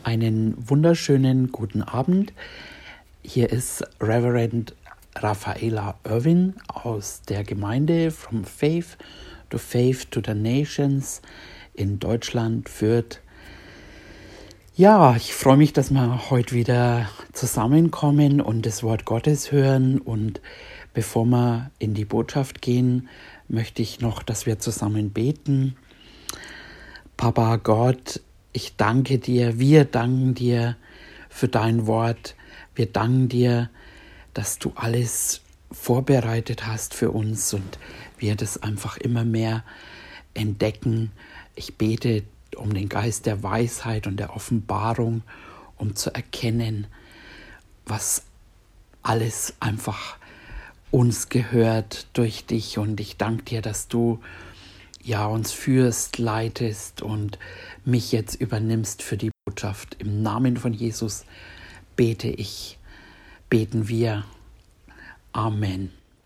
Einen wunderschönen guten Abend. Hier ist Reverend Raffaela Irwin aus der Gemeinde From Faith to the Nations in Deutschland, Fürth. Ja, ich freue mich, dass wir heute wieder zusammenkommen und das Wort Gottes hören. Und bevor wir in die Botschaft gehen, möchte ich noch, dass wir zusammen beten. Papa Gott, ich danke dir, wir danken dir für dein Wort. Wir danken dir, dass du alles vorbereitet hast für uns und wir das einfach immer mehr entdecken. Ich bete um den Geist der Weisheit und der Offenbarung, um zu erkennen, was alles einfach uns gehört durch dich. Und ich danke dir, dass du uns führst, leitest und mich jetzt übernimmst für die Botschaft. Im Namen von Jesus beten wir. Amen.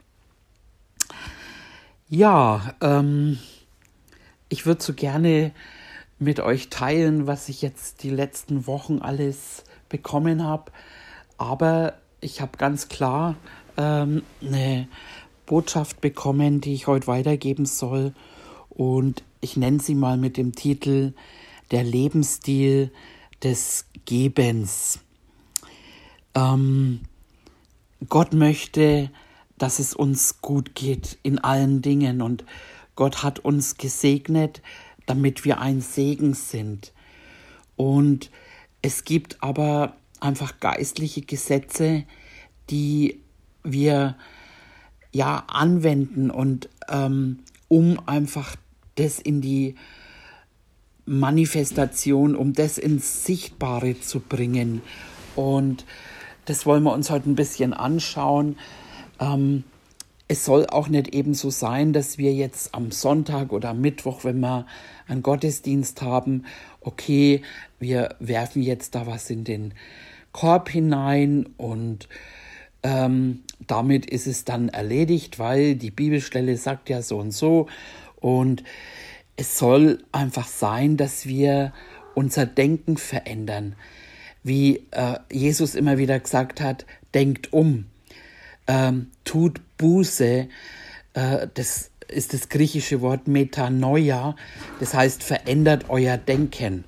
Ja, ich würde so gerne mit euch teilen, was ich jetzt die letzten Wochen alles bekommen habe. Aber ich habe ganz klar eine Botschaft bekommen, die ich heute weitergeben soll. Und ich nenne sie mal mit dem Titel Der Lebensstil des Gebens. Gott möchte, dass es uns gut geht in allen Dingen. Und Gott hat uns gesegnet, damit wir ein Segen sind. Und es gibt aber einfach geistliche Gesetze, die wir anwenden und um einfach das in die Manifestation, um das ins Sichtbare zu bringen. Und das wollen wir uns heute ein bisschen anschauen. Es soll auch nicht eben so sein, dass wir jetzt am Sonntag oder am Mittwoch, wenn wir einen Gottesdienst haben, okay, wir werfen jetzt da was in den Korb hinein und damit ist es dann erledigt, weil die Bibelstelle sagt ja so und so. Und es soll einfach sein, dass wir unser Denken verändern. Wie Jesus immer wieder gesagt hat, denkt um, tut Buße, das ist das griechische Wort Metanoia, das heißt verändert euer Denken.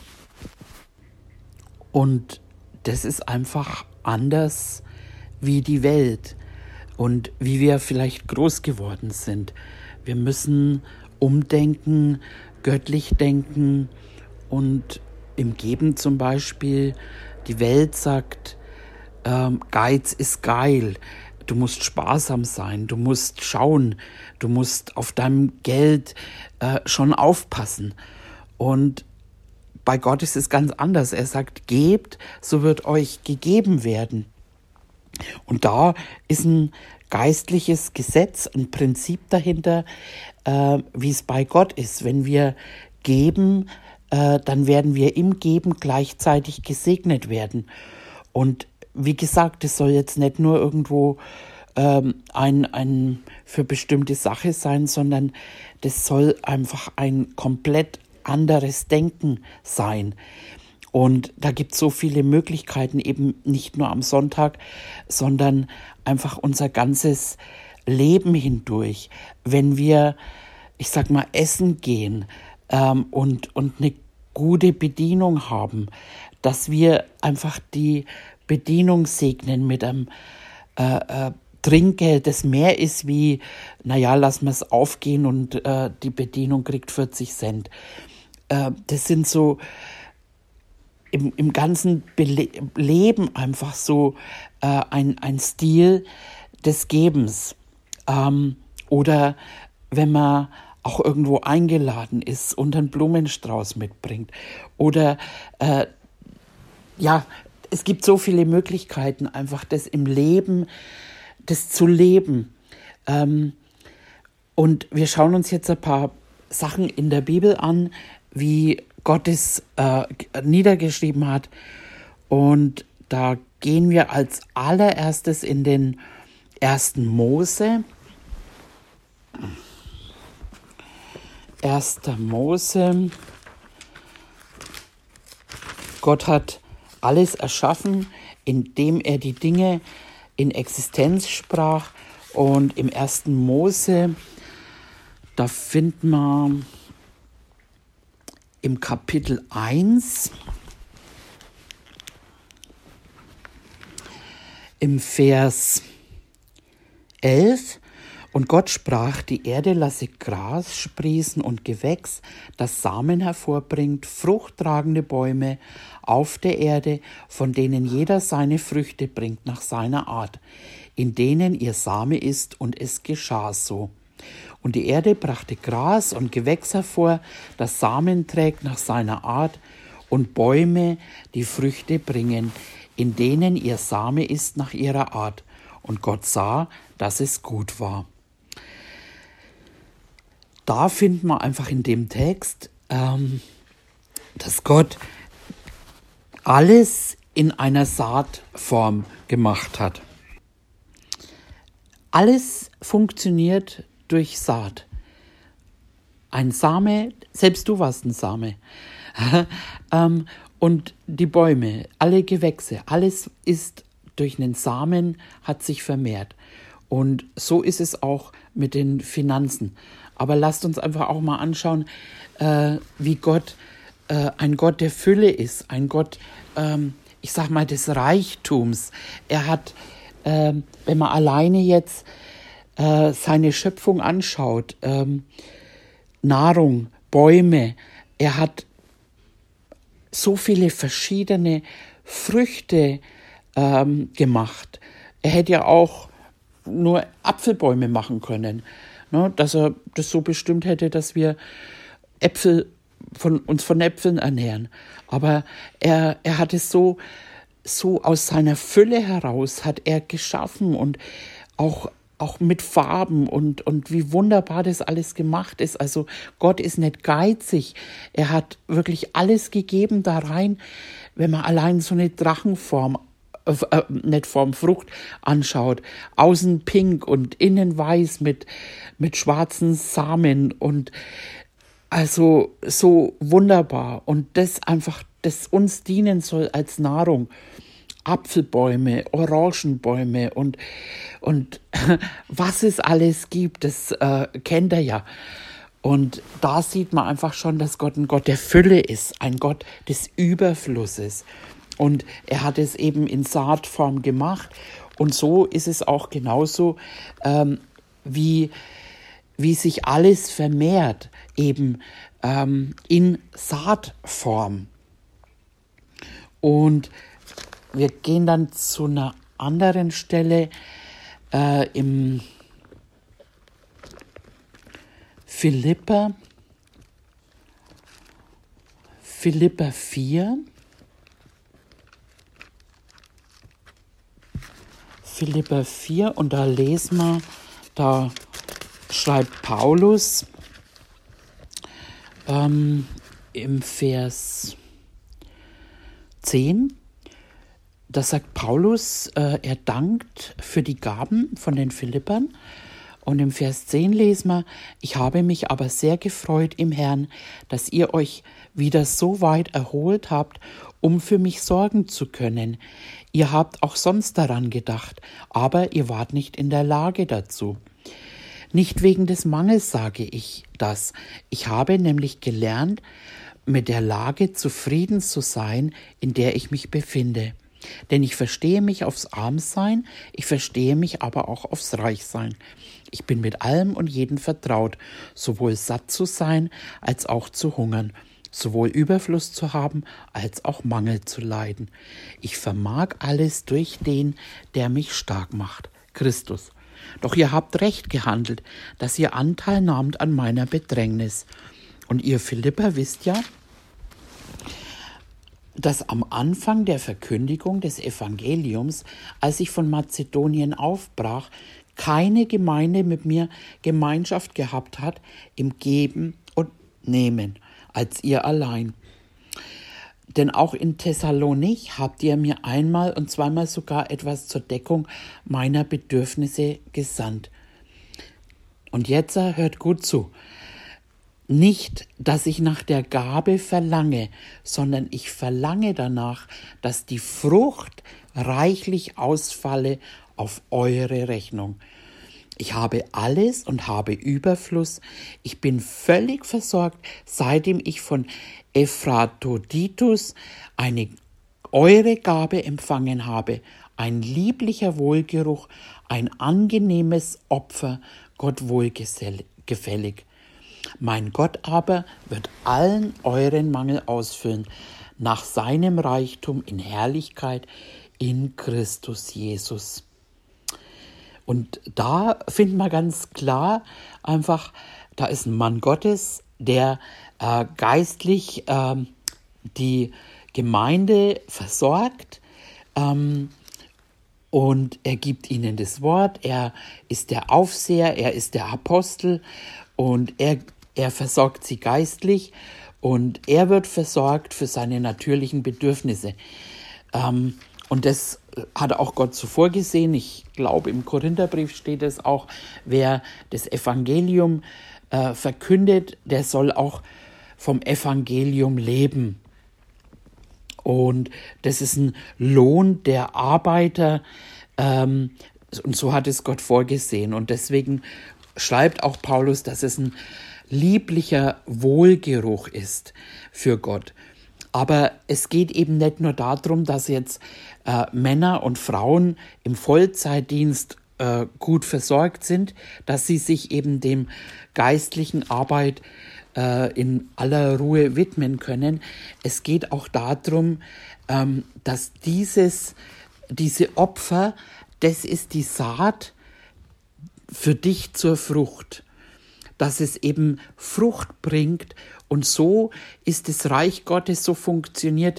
Und das ist einfach anders wie die Welt und wie wir vielleicht groß geworden sind. Wir müssen umdenken, göttlich denken und im Geben zum Beispiel. Die Welt sagt, Geiz ist geil, du musst sparsam sein, du musst schauen, du musst auf deinem Geld schon aufpassen. Und bei Gott ist es ganz anders. Er sagt, gebt, so wird euch gegeben werden. Und da ist ein geistliches Gesetz, ein Prinzip dahinter, wie es bei Gott ist. Wenn wir geben, dann werden wir im Geben gleichzeitig gesegnet werden. Und wie gesagt, es soll jetzt nicht nur irgendwo ein für bestimmte Sache sein, sondern das soll einfach ein komplett anderes Denken sein. Und da gibt es so viele Möglichkeiten, eben nicht nur am Sonntag, sondern einfach unser ganzes Leben hindurch. Wenn wir, essen gehen und eine gute Bedienung haben, dass wir einfach die Bedienung segnen mit einem Trinkgeld, das mehr ist wie, lassen wir es aufgehen und die Bedienung kriegt 40 Cent. Das sind so im ganzen Leben einfach so ein Stil des Gebens. Oder wenn man auch irgendwo eingeladen ist und einen Blumenstrauß mitbringt. Oder es gibt so viele Möglichkeiten, einfach das im Leben, das zu leben. Und wir schauen uns jetzt ein paar Sachen in der Bibel an, wie Gott es niedergeschrieben hat. Und da gehen wir als allererstes in den 1. Mose. 1. Mose Gott hat alles erschaffen, indem er die Dinge in Existenz sprach. Und im 1. Mose, da finden wir im Kapitel 1, im Vers 11, und Gott sprach, die Erde lasse Gras sprießen und Gewächs, das Samen hervorbringt, fruchttragende Bäume auf der Erde, von denen jeder seine Früchte bringt nach seiner Art, in denen ihr Same ist, und es geschah so. Und die Erde brachte Gras und Gewächs hervor, das Samen trägt nach seiner Art, und Bäume, die Früchte bringen, in denen ihr Same ist nach ihrer Art. Und Gott sah, dass es gut war. Da finden wir einfach in dem Text, dass Gott alles in einer Saatform gemacht hat. Alles funktioniert durch Saat. Ein Same, selbst du warst ein Same. Und die Bäume, alle Gewächse, alles ist durch einen Samen, hat sich vermehrt. Und so ist es auch mit den Finanzen. Aber lasst uns einfach auch mal anschauen, wie Gott ein Gott der Fülle ist, ein Gott, ich sag mal, des Reichtums. Er hat, wenn man alleine jetzt seine Schöpfung anschaut, Nahrung, Bäume, er hat so viele verschiedene Früchte gemacht. Er hätte ja auch nur Apfelbäume machen können, ne, dass er das so bestimmt hätte, dass wir uns von Äpfeln ernähren. Aber er hat es so aus seiner Fülle heraus hat er geschaffen, und auch mit Farben und wie wunderbar das alles gemacht ist. Also Gott ist nicht geizig. Er hat wirklich alles gegeben da rein, wenn man allein so eine Drachenform, nicht Form, Frucht anschaut. Außen pink und innen weiß mit schwarzen Samen, und also so wunderbar. Und das einfach, das uns dienen soll als Nahrung. Apfelbäume, Orangenbäume und was es alles gibt, das kennt er ja. Und da sieht man einfach schon, dass Gott ein Gott der Fülle ist, ein Gott des Überflusses. Und er hat es eben in Saatform gemacht. Und so ist es auch genauso, wie sich alles vermehrt, eben in Saatform. Und wir gehen dann zu einer anderen Stelle im Philipper 4. Philipper 4, und da lesen wir, da schreibt Paulus im Vers 10, da sagt Paulus, er dankt für die Gaben von den Philippern. Und im Vers 10 lesen wir, ich habe mich aber sehr gefreut im Herrn, dass ihr euch wieder so weit erholt habt, um für mich sorgen zu können. Ihr habt auch sonst daran gedacht, aber ihr wart nicht in der Lage dazu. Nicht wegen des Mangels sage ich das. Ich habe nämlich gelernt, mit der Lage zufrieden zu sein, in der ich mich befinde. Denn ich verstehe mich aufs Armsein, ich verstehe mich aber auch aufs Reichsein. Ich bin mit allem und jedem vertraut, sowohl satt zu sein, als auch zu hungern, sowohl Überfluss zu haben, als auch Mangel zu leiden. Ich vermag alles durch den, der mich stark macht, Christus. Doch ihr habt recht gehandelt, dass ihr Anteil nahmt an meiner Bedrängnis. Und ihr Philipper wisst ja, dass am Anfang der Verkündigung des Evangeliums, als ich von Mazedonien aufbrach, keine Gemeinde mit mir Gemeinschaft gehabt hat im Geben und Nehmen, als ihr allein. Denn auch in Thessalonich habt ihr mir einmal und zweimal sogar etwas zur Deckung meiner Bedürfnisse gesandt. Und jetzt hört gut zu. Nicht, dass ich nach der Gabe verlange, sondern ich verlange danach, dass die Frucht reichlich ausfalle auf eure Rechnung. Ich habe alles und habe Überfluss. Ich bin völlig versorgt, seitdem ich von Ephroditus eure Gabe empfangen habe. Ein lieblicher Wohlgeruch, ein angenehmes Opfer, Gott wohlgefällig. Mein Gott aber wird allen euren Mangel ausfüllen, nach seinem Reichtum in Herrlichkeit in Christus Jesus. Und da finden wir ganz klar einfach, da ist ein Mann Gottes, der geistlich die Gemeinde versorgt, und er gibt ihnen das Wort, er ist der Aufseher, er ist der Apostel und er versorgt sie geistlich und er wird versorgt für seine natürlichen Bedürfnisse. Und das hat auch Gott so vorgesehen. Ich glaube, im Korintherbrief steht es auch, wer das Evangelium verkündet, der soll auch vom Evangelium leben. Und das ist ein Lohn der Arbeiter, und so hat es Gott vorgesehen. Und deswegen schreibt auch Paulus, dass es ein lieblicher Wohlgeruch ist für Gott. Aber es geht eben nicht nur darum, dass jetzt Männer und Frauen im Vollzeitdienst gut versorgt sind, dass sie sich eben dem geistlichen Arbeit in aller Ruhe widmen können. Es geht auch darum, dass diese Opfer, das ist die Saat für dich zur Frucht, dass es eben Frucht bringt und so ist das Reich Gottes, so funktioniert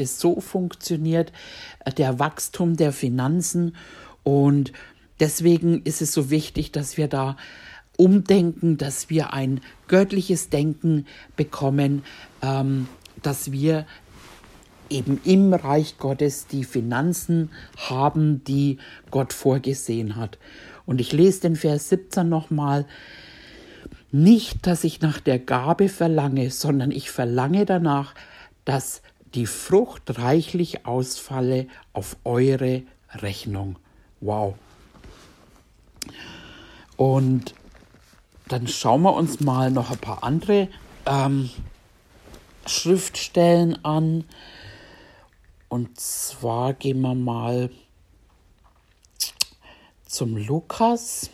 der Wachstum der Finanzen und deswegen ist es so wichtig, dass wir da umdenken, dass wir ein göttliches Denken bekommen, dass wir eben im Reich Gottes die Finanzen haben, die Gott vorgesehen hat. Und ich lese den Vers 17 nochmal. Nicht, dass ich nach der Gabe verlange, sondern ich verlange danach, dass die Frucht reichlich ausfalle auf eure Rechnung. Wow. Und dann schauen wir uns mal noch ein paar andere Schriftstellen an. Und zwar gehen wir mal zum Lukas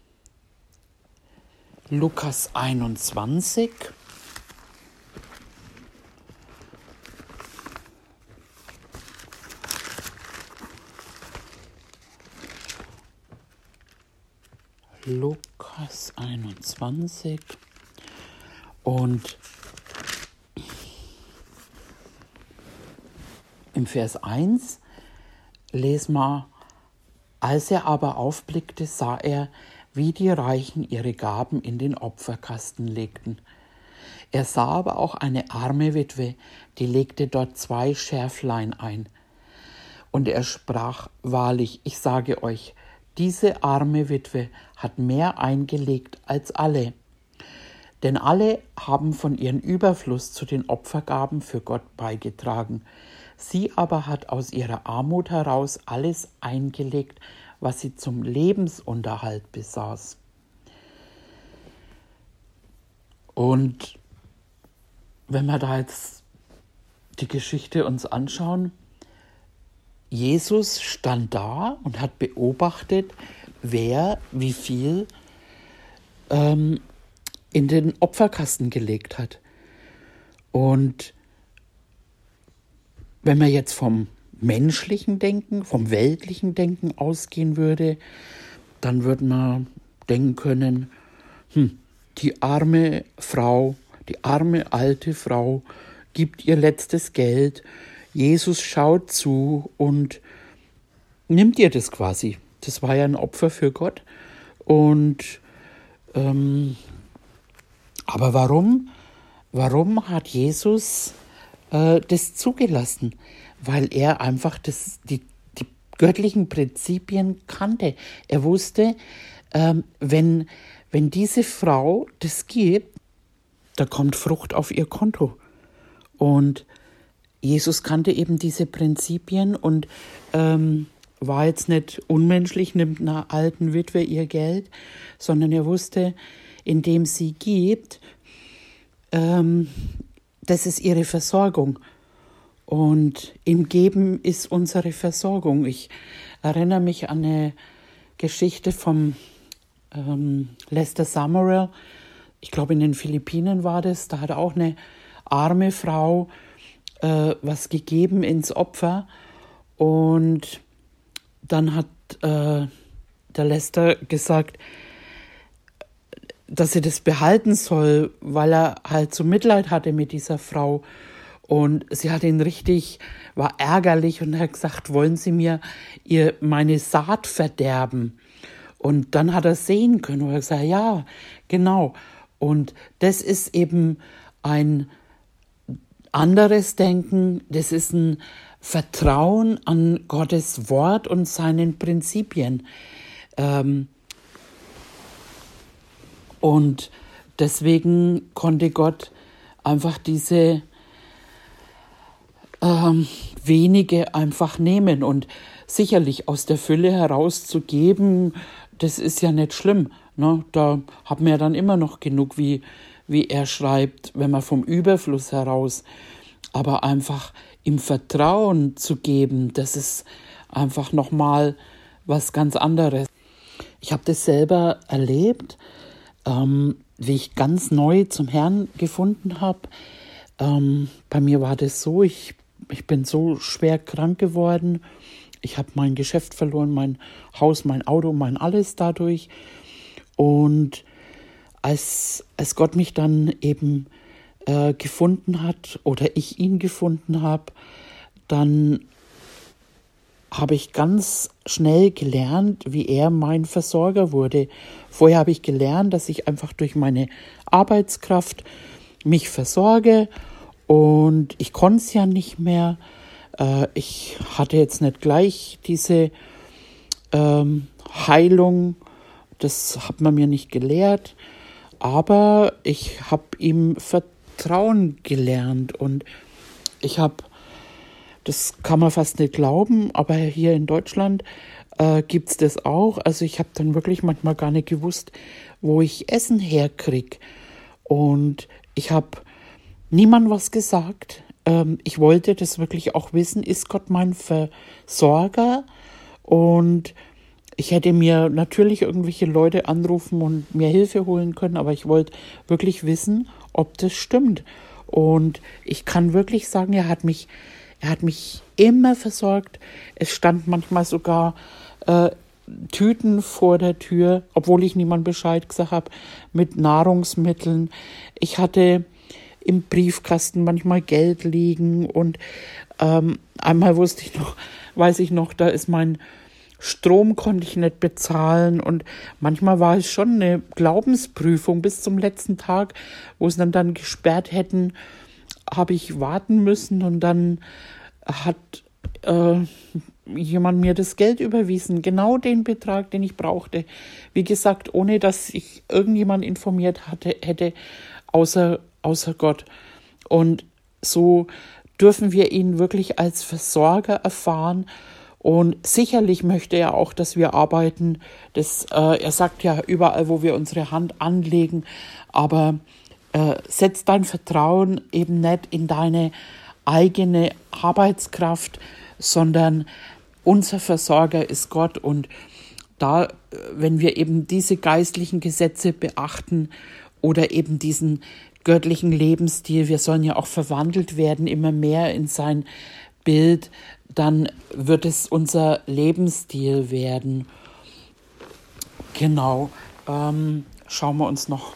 21. Lukas 21 und im Vers 1 lesen wir, als er aber aufblickte, sah er, wie die Reichen ihre Gaben in den Opferkasten legten. Er sah aber auch eine arme Witwe, die legte dort 2 Schärflein ein. Und er sprach, wahrlich, ich sage euch, diese arme Witwe hat mehr eingelegt als alle. Denn alle haben von ihrem Überfluss zu den Opfergaben für Gott beigetragen. Sie aber hat aus ihrer Armut heraus alles eingelegt, was sie zum Lebensunterhalt besaß. Und wenn wir da jetzt die Geschichte uns anschauen, Jesus stand da und hat beobachtet, wer wie viel in den Opferkasten gelegt hat. Und wenn man jetzt vom menschlichen Denken, vom weltlichen Denken ausgehen würde, dann würde man denken können, die arme Frau, die arme alte Frau gibt ihr letztes Geld, Jesus schaut zu und nimmt ihr das quasi. Das war ja ein Opfer für Gott. Und aber warum hat Jesus das zugelassen? Weil er einfach die göttlichen Prinzipien kannte. Er wusste, wenn diese Frau das gibt, da kommt Frucht auf ihr Konto. Und Jesus kannte eben diese Prinzipien und war jetzt nicht unmenschlich, nimmt einer alten Witwe ihr Geld, sondern er wusste, indem sie gibt, das ist ihre Versorgung. Und im Geben ist unsere Versorgung. Ich erinnere mich an eine Geschichte vom Lester Summerall. Ich glaube, in den Philippinen war das. Da hat auch eine arme Frau was gegeben ins Opfer. Und dann hat der Lester gesagt, dass sie das behalten soll, weil er halt so Mitleid hatte mit dieser Frau. Und sie hat ihn war ärgerlich und hat gesagt, wollen Sie mir meine Saat verderben? Und dann hat er sehen können und er hat gesagt, ja, genau. Und das ist eben ein anderes Denken, das ist ein Vertrauen an Gottes Wort und seinen Prinzipien. Und deswegen konnte Gott einfach diese wenige einfach nehmen. Und sicherlich aus der Fülle herauszugeben, das ist ja nicht schlimm. Ne? Da haben wir dann immer noch genug, wie er schreibt, wenn man vom Überfluss heraus. Aber einfach im Vertrauen zu geben, das ist einfach nochmal was ganz anderes. Ich habe das selber erlebt, wie ich ganz neu zum Herrn gefunden habe. Bei mir war das so, ich bin so schwer krank geworden. Ich habe mein Geschäft verloren, mein Haus, mein Auto, mein alles dadurch. Und als Gott mich dann eben gefunden hat oder ich ihn gefunden habe, dann habe ich ganz schnell gelernt, wie er mein Versorger wurde. Vorher habe ich gelernt, dass ich einfach durch meine Arbeitskraft mich versorge und ich konnte es ja nicht mehr. Ich hatte jetzt nicht gleich diese Heilung, das hat man mir nicht gelehrt, aber ich habe ihm Vertrauen gelernt und das kann man fast nicht glauben, aber hier in Deutschland gibt es das auch. Also ich habe dann wirklich manchmal gar nicht gewusst, wo ich Essen herkriege. Und ich habe niemandem was gesagt. Ich wollte das wirklich auch wissen, ist Gott mein Versorger? Und ich hätte mir natürlich irgendwelche Leute anrufen und mir Hilfe holen können, aber ich wollte wirklich wissen, ob das stimmt. Und ich kann wirklich sagen, er hat mich immer versorgt. Es stand manchmal sogar Tüten vor der Tür, obwohl ich niemandem Bescheid gesagt habe, mit Nahrungsmitteln. Ich hatte im Briefkasten manchmal Geld liegen und einmal weiß ich noch, da ist mein Strom konnte ich nicht bezahlen und manchmal war es schon eine Glaubensprüfung bis zum letzten Tag, wo sie dann gesperrt hätten, habe ich warten müssen und dann hat jemand mir das Geld überwiesen, genau den Betrag, den ich brauchte. Wie gesagt, ohne dass ich irgendjemand informiert hätte, außer Gott. Und so dürfen wir ihn wirklich als Versorger erfahren. Und sicherlich möchte er auch, dass wir arbeiten. Er sagt ja überall, wo wir unsere Hand anlegen, aber setz dein Vertrauen eben nicht in deine eigene Arbeitskraft, sondern unser Versorger ist Gott. Und da, wenn wir eben diese geistlichen Gesetze beachten oder eben diesen göttlichen Lebensstil, wir sollen ja auch verwandelt werden, immer mehr in sein Bild, dann wird es unser Lebensstil werden. Genau. Schauen wir uns noch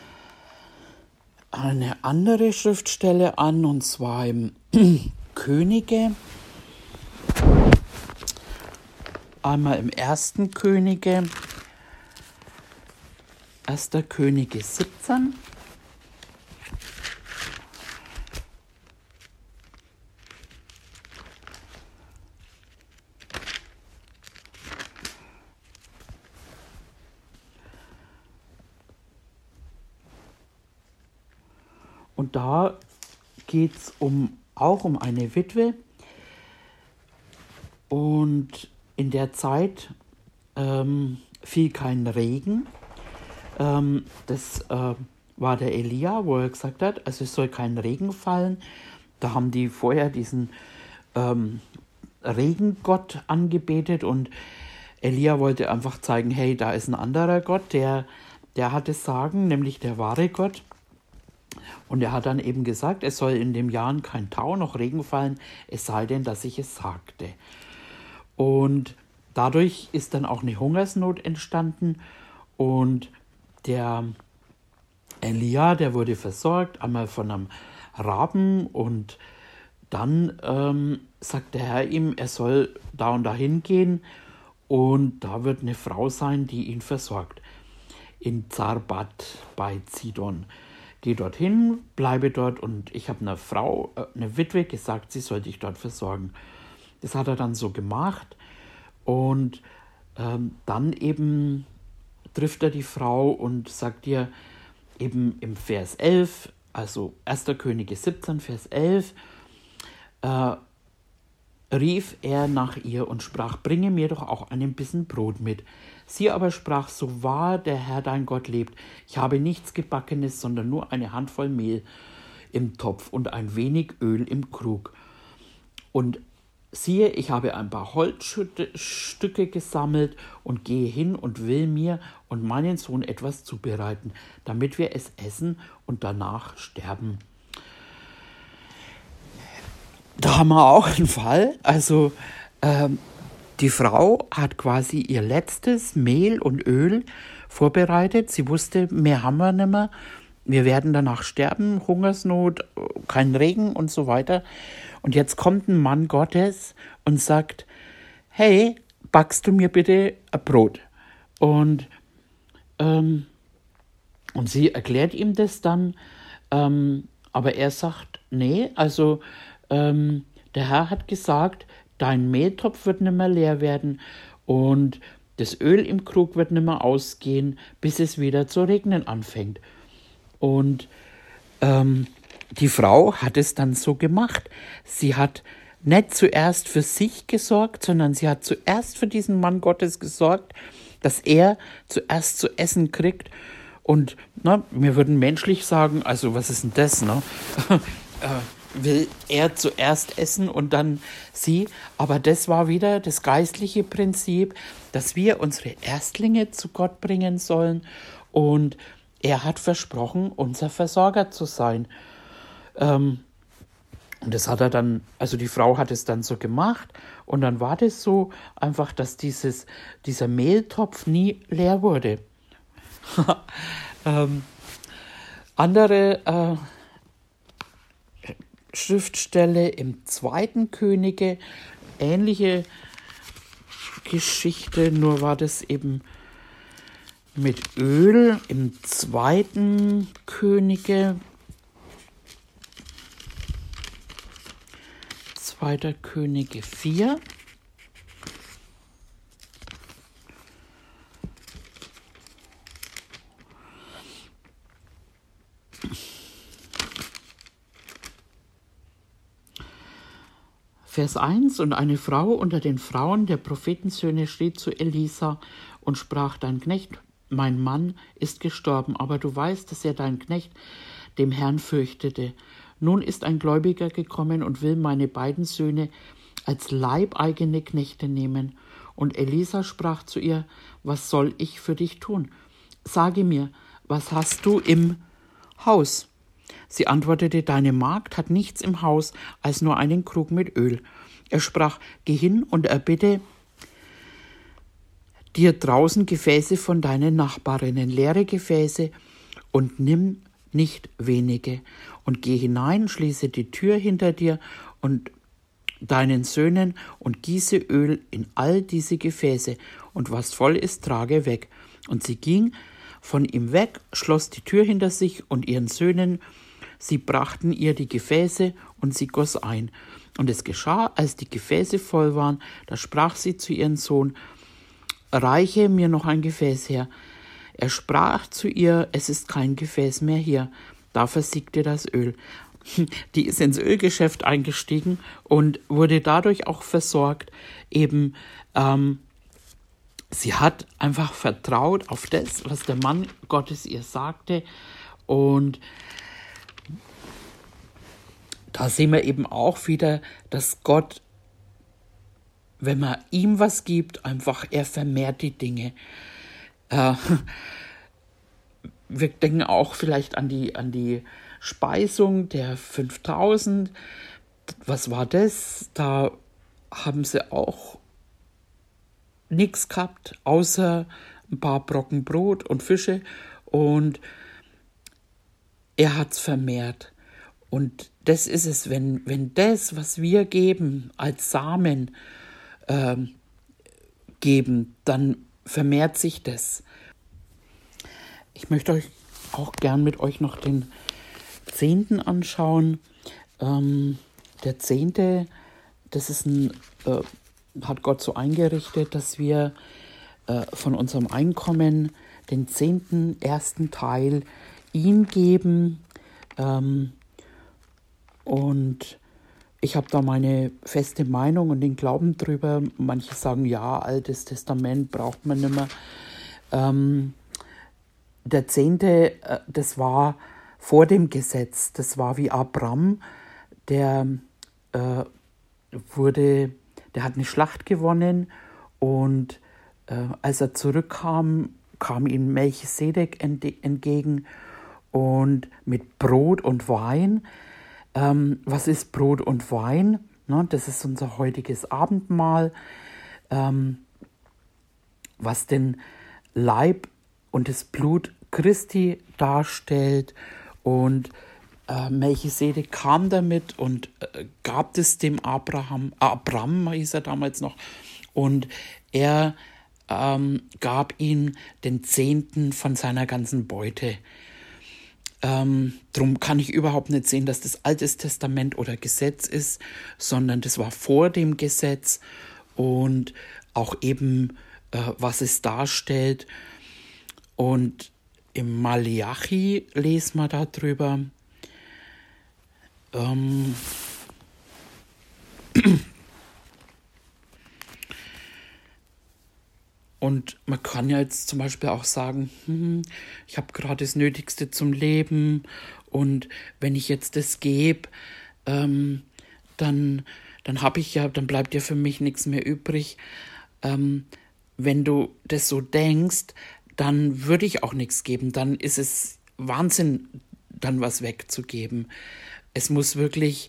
eine andere Schriftstelle an, und zwar im Könige. Einmal im 1. Könige, 1. Könige 17. Und da geht es auch um eine Witwe. Und in der Zeit fiel kein Regen. Das war der Elia, wo er gesagt hat, also es soll kein Regen fallen. Da haben die vorher diesen Regengott angebetet und Elia wollte einfach zeigen, hey, da ist ein anderer Gott, der hat das Sagen, nämlich der wahre Gott. Und er hat dann eben gesagt, es soll in den Jahren kein Tau noch Regen fallen, es sei denn, dass ich es sagte. Und dadurch ist dann auch eine Hungersnot entstanden und der Elia, der wurde versorgt, einmal von einem Raben und dann sagt der Herr ihm, er soll da und dahin gehen und da wird eine Frau sein, die ihn versorgt. In Zarbat bei Zidon. Geh dorthin, bleibe dort und ich habe einer Frau, eine Witwe, gesagt, sie soll dich dort versorgen. Das hat er dann so gemacht und dann eben trifft er die Frau und sagt ihr eben im Vers 11, also 1. Könige 17, Vers 11, rief er nach ihr und sprach, bringe mir doch auch einen Bissen Brot mit. Sie aber sprach, so wahr der Herr dein Gott lebt, ich habe nichts Gebackenes, sondern nur eine Handvoll Mehl im Topf und ein wenig Öl im Krug. Und siehe, ich habe ein paar Holzstücke gesammelt und gehe hin und will mir und meinen Sohn etwas zubereiten, damit wir es essen und danach sterben. Da haben wir auch einen Fall, also die Frau hat quasi ihr letztes Mehl und Öl vorbereitet. Sie wusste, mehr haben wir nicht mehr. Wir werden danach sterben, Hungersnot, kein Regen und so weiter. Und jetzt kommt ein Mann Gottes und sagt, hey, backst du mir bitte ein Brot? Und sie erklärt ihm das dann, aber er sagt, nee, also der Herr hat gesagt, dein Mehltopf wird nicht mehr leer werden und das Öl im Krug wird nicht mehr ausgehen, bis es wieder zu regnen anfängt. Und die Frau hat es dann so gemacht. Sie hat nicht zuerst für sich gesorgt, sondern sie hat zuerst für diesen Mann Gottes gesorgt, dass er zuerst zu essen kriegt. Und wir würden menschlich sagen, also was ist denn das, ne? Will er zuerst essen und dann sie. Aber das war wieder das geistliche Prinzip, dass wir unsere Erstlinge zu Gott bringen sollen. Und er hat versprochen, unser Versorger zu sein. Und das hat er dann, also die Frau hat es dann so gemacht. Und dann war das so einfach, dass dieser Mehltopf nie leer wurde. Andere Schriftstelle im 2. Könige, ähnliche Geschichte, nur war das eben mit Öl im 2. Könige, 2. Könige 4. Vers 1, und eine Frau unter den Frauen der Prophetensöhne schrie zu Elisa und sprach, dein Knecht, mein Mann, ist gestorben, aber du weißt, dass er dein Knecht dem Herrn fürchtete. Nun ist ein Gläubiger gekommen und will meine beiden Söhne als leibeigene Knechte nehmen. Und Elisa sprach zu ihr, was soll ich für dich tun? Sage mir, was hast du im Haus? Sie antwortete, deine Magd hat nichts im Haus, als nur einen Krug mit Öl. Er sprach, geh hin und erbitte dir draußen Gefäße von deinen Nachbarinnen, leere Gefäße, und nimm nicht wenige. Und geh hinein, schließe die Tür hinter dir und deinen Söhnen und gieße Öl in all diese Gefäße, und was voll ist, trage weg. Und sie ging von ihm weg, schloss die Tür hinter sich und ihren Söhnen. Sie brachten ihr die Gefäße und sie goss ein. Und es geschah, als die Gefäße voll waren, da sprach sie zu ihrem Sohn, reiche mir noch ein Gefäß her. Er sprach zu ihr, es ist kein Gefäß mehr hier. da versiegte das Öl. Die ist ins Ölgeschäft eingestiegen und wurde dadurch auch versorgt. Eben, sie hat einfach vertraut auf das, was der Mann Gottes ihr sagte. Und da sehen wir eben auch wieder, dass Gott, wenn man ihm was gibt, einfach, er vermehrt die Dinge. Wir denken auch vielleicht an die Speisung der 5000. Was war das? Da haben sie auch nichts gehabt, außer ein paar Brocken Brot und Fische. Und er hat es vermehrt. Und das ist es, wenn das, was wir geben, als Samen geben, dann vermehrt sich das. Ich möchte euch auch gern mit euch noch den Zehnten anschauen. Der Zehnte, das ist hat Gott so eingerichtet, dass wir von unserem Einkommen den 10., ersten Teil ihm geben. Und ich habe da meine feste Meinung und den Glauben drüber. Manche sagen, ja, Altes Testament braucht man nicht mehr. Der 10., das war vor dem Gesetz. Das war wie Abraham, der hat eine Schlacht gewonnen und als er zurückkam, kam ihm Melchisedek entgegen und mit Brot und Wein. Was ist Brot und Wein? Das ist unser heutiges Abendmahl, was den Leib und das Blut Christi darstellt. Und Melchisedek kam damit und gab es dem Abraham hieß er damals noch, und er gab ihm den 10. von seiner ganzen Beute. Drum kann ich überhaupt nicht sehen, dass das Altes Testament oder Gesetz ist, sondern das war vor dem Gesetz und auch eben, was es darstellt. Und im Maleachi lesen wir darüber. Und man kann ja jetzt zum Beispiel auch sagen, ich habe gerade das Nötigste zum Leben und wenn ich jetzt das gebe, dann bleibt ja für mich nichts mehr übrig. Wenn du das so denkst, dann würde ich auch nichts geben. Dann ist es Wahnsinn, dann was wegzugeben. Es muss wirklich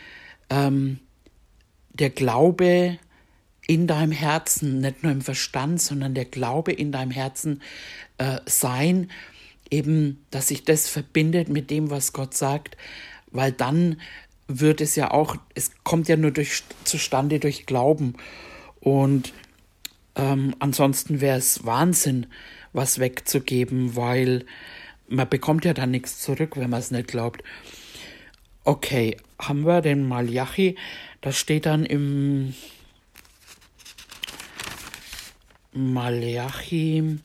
der Glaube in deinem Herzen, nicht nur im Verstand, sondern der Glaube in deinem Herzen sein, eben, dass sich das verbindet mit dem, was Gott sagt, weil dann wird es ja auch, es kommt ja nur zustande durch Glauben und ansonsten wäre es Wahnsinn, was wegzugeben, weil man bekommt ja dann nichts zurück, wenn man es nicht glaubt. Okay, haben wir den Maleachi, das steht dann im Maleachi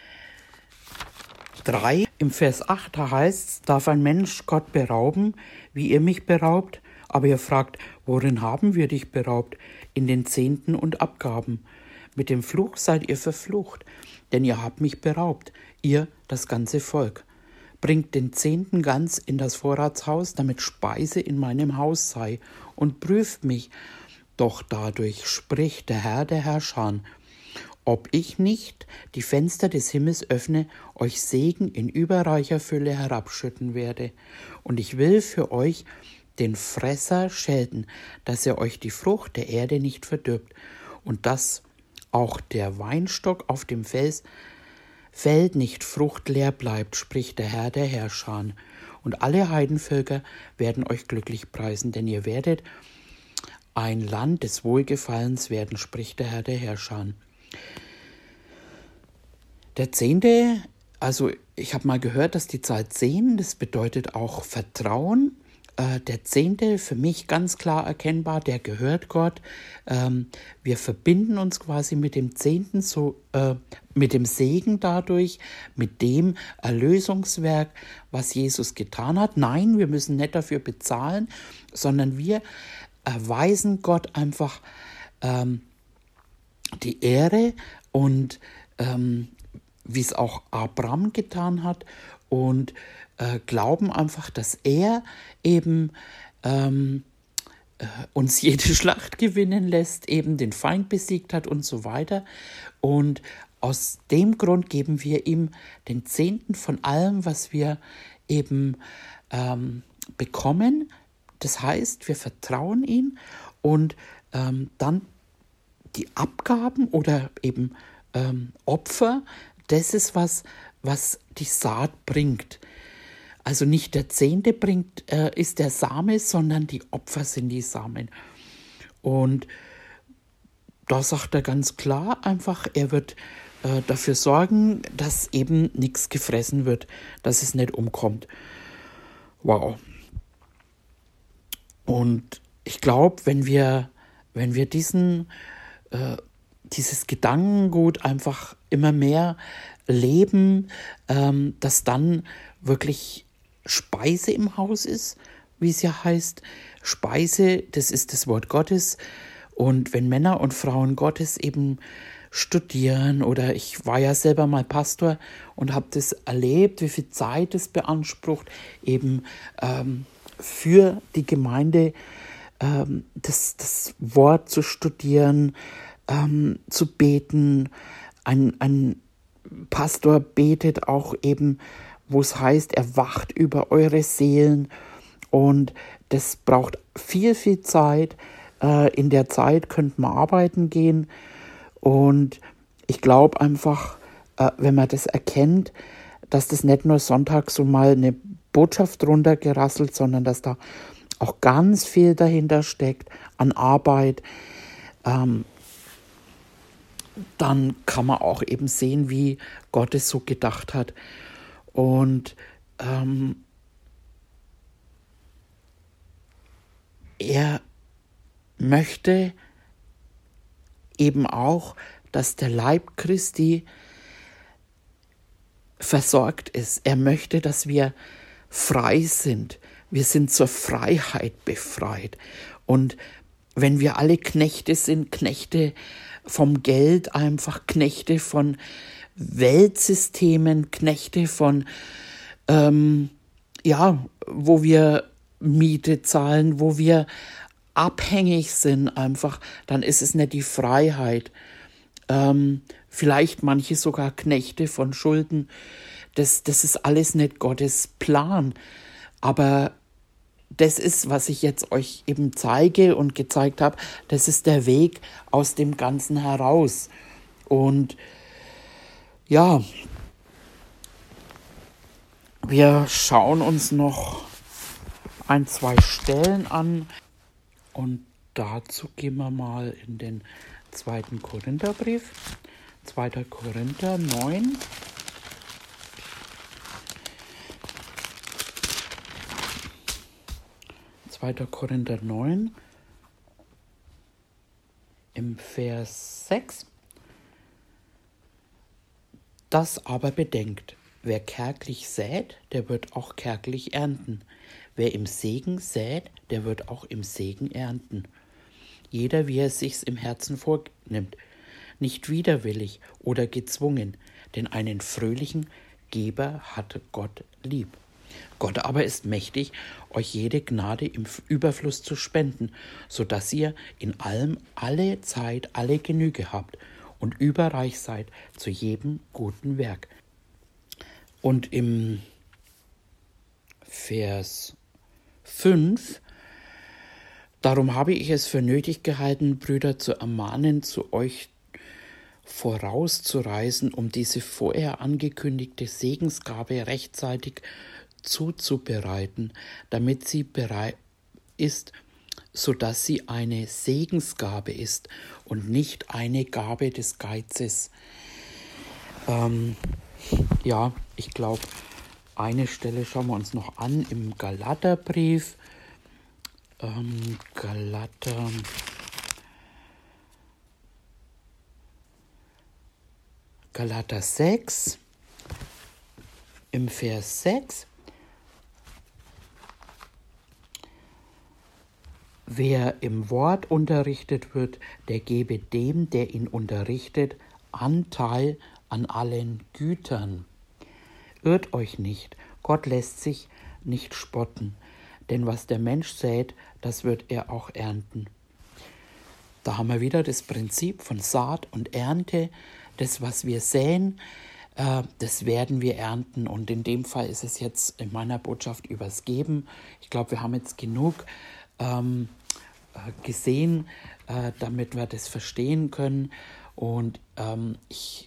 3, im Vers 8, da heißt es, darf ein Mensch Gott berauben, wie ihr mich beraubt? Aber ihr fragt, worin haben wir dich beraubt? In den Zehnten und Abgaben. Mit dem Fluch seid ihr verflucht, denn ihr habt mich beraubt, ihr, das ganze Volk. Bringt den 10. ganz in das Vorratshaus, damit Speise in meinem Haus sei, und prüft mich. Doch dadurch spricht der Herr der Herrscher, ob ich nicht die Fenster des Himmels öffne, euch Segen in überreicher Fülle herabschütten werde. Und ich will für euch den Fresser schelten, dass er euch die Frucht der Erde nicht verdirbt, und dass auch der Weinstock auf dem Feld nicht fruchtleer bleibt, spricht der Herr der Herrscher. Und alle Heidenvölker werden euch glücklich preisen, denn ihr werdet ein Land des Wohlgefallens werden, spricht der Herr der Herrscher. Der 10., also ich habe mal gehört, dass die Zahl 10, das bedeutet auch Vertrauen. der Zehnte für mich ganz klar erkennbar, der gehört Gott. Wir verbinden uns quasi mit dem Zehnten, mit dem Segen dadurch, mit dem Erlösungswerk, was Jesus getan hat. Nein, wir müssen nicht dafür bezahlen, sondern wir erweisen Gott einfach die Ehre und wie es auch Abraham getan hat und glauben einfach, dass er eben uns jede Schlacht gewinnen lässt, eben den Feind besiegt hat und so weiter. Und aus dem Grund geben wir ihm den Zehnten von allem, was wir eben bekommen. Das heißt, wir vertrauen ihm und dann die Abgaben oder eben Opfer, das ist was die Saat bringt. Also nicht der Zehnte ist der Same, sondern die Opfer sind die Samen. Und da sagt er ganz klar einfach, er wird dafür sorgen, dass eben nichts gefressen wird, dass es nicht umkommt. Wow. Und ich glaube, wenn wir dieses Gedankengut einfach immer mehr leben, dass dann wirklich Speise im Haus ist, wie es ja heißt. Speise, das ist das Wort Gottes. Und wenn Männer und Frauen Gottes eben studieren, oder ich war ja selber mal Pastor und habe das erlebt, wie viel Zeit es beansprucht, eben für die Gemeinde das Wort zu studieren, zu beten. Ein Pastor betet auch eben, wo es heißt, er wacht über eure Seelen, und das braucht viel, viel Zeit. In der Zeit könnte man arbeiten gehen, und ich glaube einfach, wenn man das erkennt, dass das nicht nur Sonntag so mal eine Botschaft runtergerasselt, sondern dass da auch ganz viel dahinter steckt an Arbeit, dann kann man auch eben sehen, wie Gott es so gedacht hat. Und er möchte eben auch, dass der Leib Christi versorgt ist. Er möchte, dass wir frei sind. Wir sind zur Freiheit befreit. Und wenn wir alle Knechte sind, Knechte vom Geld, einfach Knechte von Weltsystemen, Knechte von, wo wir Miete zahlen, wo wir abhängig sind einfach, dann ist es nicht die Freiheit. Vielleicht manche sogar Knechte von Schulden. Das ist alles nicht Gottes Plan. Aber das ist, was ich jetzt euch eben zeige und gezeigt habe, das ist der Weg aus dem Ganzen heraus. Und ja, wir schauen uns noch 1, 2 Stellen an, und dazu gehen wir mal in den 2. Korintherbrief, 2. Korinther 9. Korinther 9 im Vers 6. Das aber bedenkt, wer kärglich sät, der wird auch kärglich ernten. Wer im Segen sät, der wird auch im Segen ernten. Jeder, wie er sich's im Herzen vornimmt, nicht widerwillig oder gezwungen, denn einen fröhlichen Geber hatte Gott lieb. Gott aber ist mächtig, euch jede Gnade im Überfluss zu spenden, so dass ihr in allem alle Zeit alle Genüge habt und überreich seid zu jedem guten Werk. Und im Vers 5: Darum habe ich es für nötig gehalten, Brüder, zu ermahnen, zu euch vorauszureisen, um diese vorher angekündigte Segensgabe rechtzeitig zuzubereiten, damit sie bereit ist, sodass sie eine Segensgabe ist und nicht eine Gabe des Geizes. Ich glaube, eine Stelle schauen wir uns noch an im Galaterbrief, Galater 6, im Vers 6. Wer im Wort unterrichtet wird, der gebe dem, der ihn unterrichtet, Anteil an allen Gütern. Irrt euch nicht, Gott lässt sich nicht spotten, denn was der Mensch sät, das wird er auch ernten. Da haben wir wieder das Prinzip von Saat und Ernte. Das, was wir säen, das werden wir ernten. Und in dem Fall ist es jetzt in meiner Botschaft übers Geben. Ich glaube, wir haben jetzt genug gesehen, damit wir das verstehen können. Und ich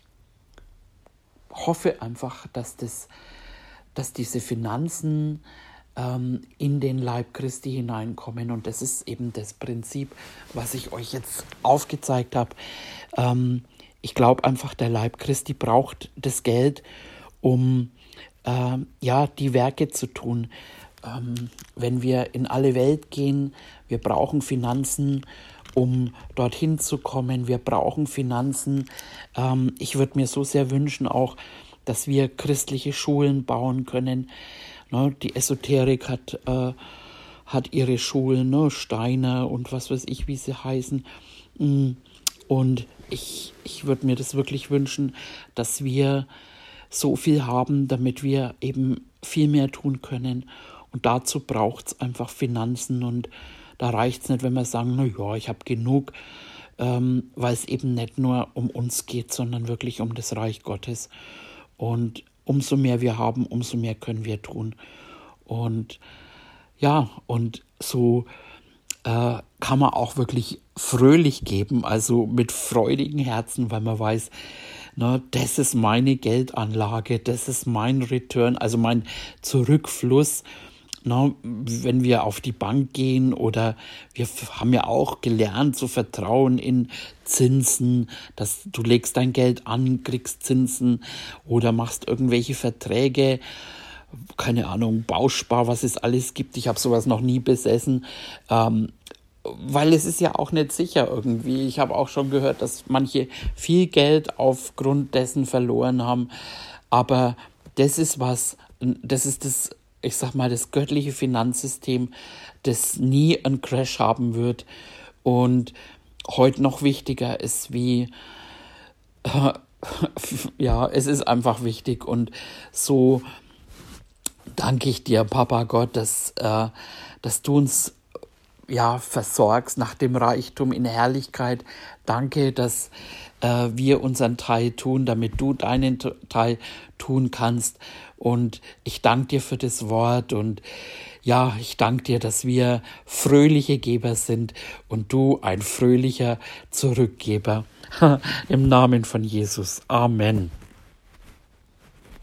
hoffe einfach, dass diese Finanzen in den Leib Christi hineinkommen. Und das ist eben das Prinzip, was ich euch jetzt aufgezeigt habe. Ich glaube einfach, der Leib Christi braucht das Geld, um die Werke zu tun. Wenn wir in alle Welt gehen, wir brauchen Finanzen, um dorthin zu kommen. Wir brauchen Finanzen. Ich würde mir so sehr wünschen auch, dass wir christliche Schulen bauen können. Ne, die Esoterik hat ihre Schulen, ne, Steiner und was weiß ich, wie sie heißen. Und ich würde mir das wirklich wünschen, dass wir so viel haben, damit wir eben viel mehr tun können. Und dazu braucht es einfach Finanzen. Und da reicht es nicht, wenn wir sagen, ich habe genug, weil es eben nicht nur um uns geht, sondern wirklich um das Reich Gottes. Und umso mehr wir haben, umso mehr können wir tun. Und ja, und so kann man auch wirklich fröhlich geben, also mit freudigen Herzen, weil man weiß, das ist meine Geldanlage, das ist mein Return, also mein Zurückfluss. Wenn wir auf die Bank gehen oder wir haben ja auch gelernt zu vertrauen in Zinsen, dass du legst dein Geld an, kriegst Zinsen oder machst irgendwelche Verträge, keine Ahnung, Bauspar, was es alles gibt. Ich habe sowas noch nie besessen, weil es ist ja auch nicht sicher irgendwie. Ich habe auch schon gehört, dass manche viel Geld aufgrund dessen verloren haben, aber das ist das, ich sag mal, das göttliche Finanzsystem, das nie einen Crash haben wird und heute noch wichtiger ist wie, es ist einfach wichtig. Und so danke ich dir, Papa Gott, dass du uns versorgst nach dem Reichtum in Herrlichkeit. Danke, dass wir unseren Teil tun, damit du deinen Teil tun kannst. Und ich danke dir für das Wort und ich danke dir, dass wir fröhliche Geber sind und du ein fröhlicher Zurückgeber. Im Namen von Jesus. Amen.